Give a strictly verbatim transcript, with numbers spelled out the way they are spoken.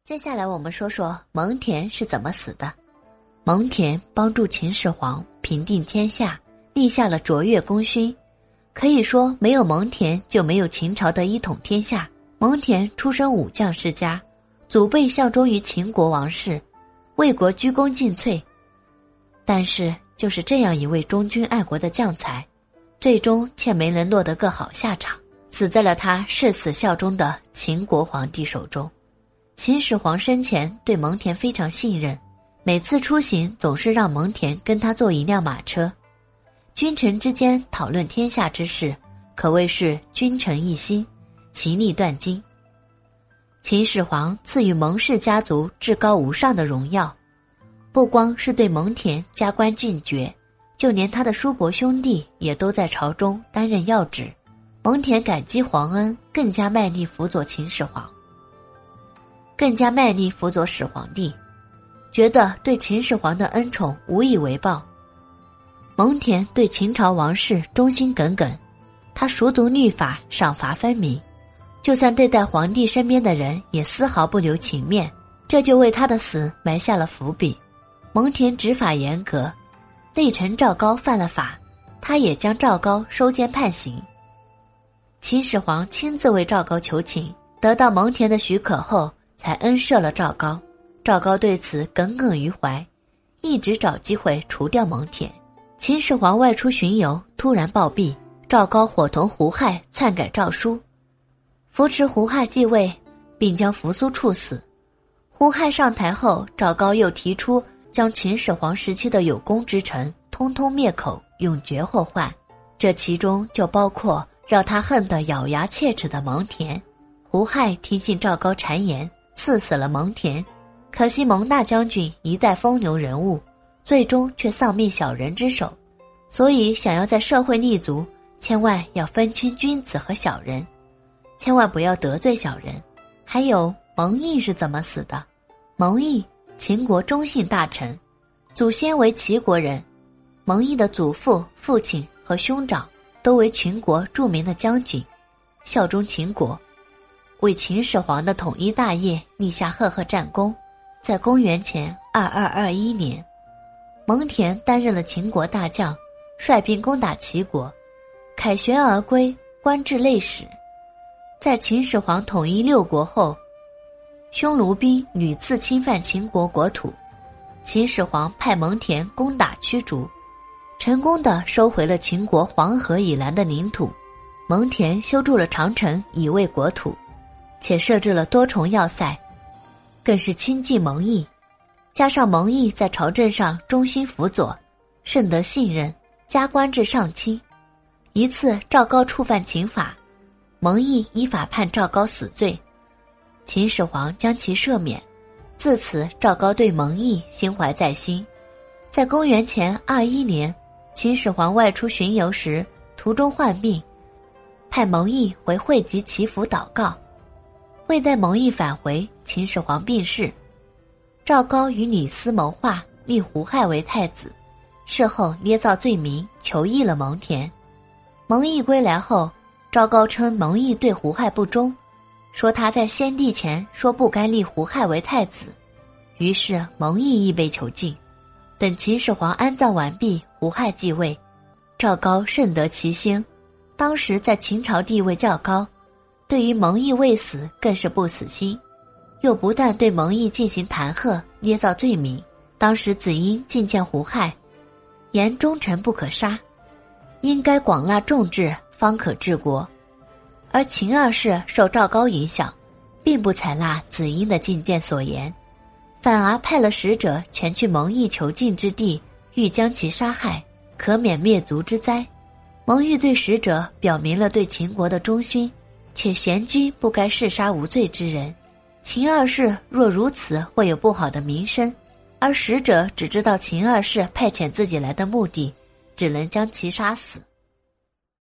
接下来我们说说蒙恬是怎么死的。蒙恬帮助秦始皇平定天下，立下了卓越功勋，可以说没有蒙恬就没有秦朝的一统天下。蒙恬出身武将世家，祖辈效忠于秦国王室，为国鞠躬尽瘁。但是就是这样一位忠君爱国的将才，最终却没能落得个好下场，死在了他誓死效忠的秦国皇帝手中。秦始皇生前对蒙恬非常信任，每次出行总是让蒙恬跟他坐一辆马车，君臣之间讨论天下之事，可谓是君臣一心，其利断金。秦始皇赐予蒙氏家族至高无上的荣耀，不光是对蒙恬加官进爵，就连他的叔伯兄弟也都在朝中担任要职。蒙恬感激皇恩，更加卖力辅佐秦始皇，更加卖力辅佐始皇帝，觉得对秦始皇的恩宠无以为报。蒙恬对秦朝王室忠心耿耿，他熟读律法，赏罚分明，就算对待皇帝身边的人也丝毫不留情面，这就为他的死埋下了伏笔。蒙恬执法严格，内臣赵高犯了法，他也将赵高收监判刑。秦始皇亲自为赵高求情，得到蒙恬的许可后才恩赦了赵高。赵高对此耿耿于怀，一直找机会除掉蒙恬。秦始皇外出巡游，突然暴毙，赵高伙同胡亥篡改诏书，扶持胡亥继位，并将扶苏处死。胡亥上台后，赵高又提出将秦始皇时期的有功之臣通通灭口，永绝后患，这其中就包括让他恨得咬牙切齿的蒙恬。胡亥听信赵高谗言，赐死了蒙恬。可惜蒙大将军一代风流人物，最终却丧命小人之手。所以想要在社会立足，千万要分清君子和小人，千万不要得罪小人。还有蒙毅是怎么死的？蒙毅，秦国忠信大臣，祖先为齐国人。蒙毅的祖父、父亲和兄长都为秦国著名的将军，效忠秦国，为秦始皇的统一大业立下赫赫战功。在公元前二二二一年，蒙恬担任了秦国大将，率兵攻打齐国，凯旋而归，官至内史。在秦始皇统一六国后，匈奴兵屡次侵犯秦国国土，秦始皇派蒙恬攻打驱逐，成功地收回了秦国黄河以南的领土。蒙恬修筑了长城以卫国土，且设置了多重要塞，更是亲近蒙毅。加上蒙毅在朝政上忠心辅佐，甚得信任，加官至上卿。一次赵高触犯秦法，蒙毅依法判赵高死罪，秦始皇将其赦免。自此赵高对蒙毅心怀在心。在公元前二一年，秦始皇外出巡游时途中患病，派蒙毅回会稽祈福祷告。未待蒙毅返回，秦始皇病逝。赵高与李斯谋划，立胡亥为太子，事后捏造罪名，囚役了蒙恬。蒙毅归来后，赵高称蒙毅对胡亥不忠，说他在先帝前说不该立胡亥为太子，于是蒙毅亦被囚禁。等秦始皇安葬完毕，胡亥继位，赵高甚得其心，当时在秦朝地位较高，对于蒙毅未死更是不死心，又不断对蒙毅进行弹劾，捏造罪名。当时子婴进谏胡亥，言忠臣不可杀，应该广纳众志，方可治国。而秦二世受赵高影响，并不采纳子婴的进谏所言，反而派了使者前去蒙毅囚禁之地，欲将其杀害，可免灭族之灾。蒙毅对使者表明了对秦国的忠心，且贤居不该弑杀无罪之人。秦二世若如此会有不好的名声，而使者只知道秦二世派遣自己来的目的，只能将其杀死。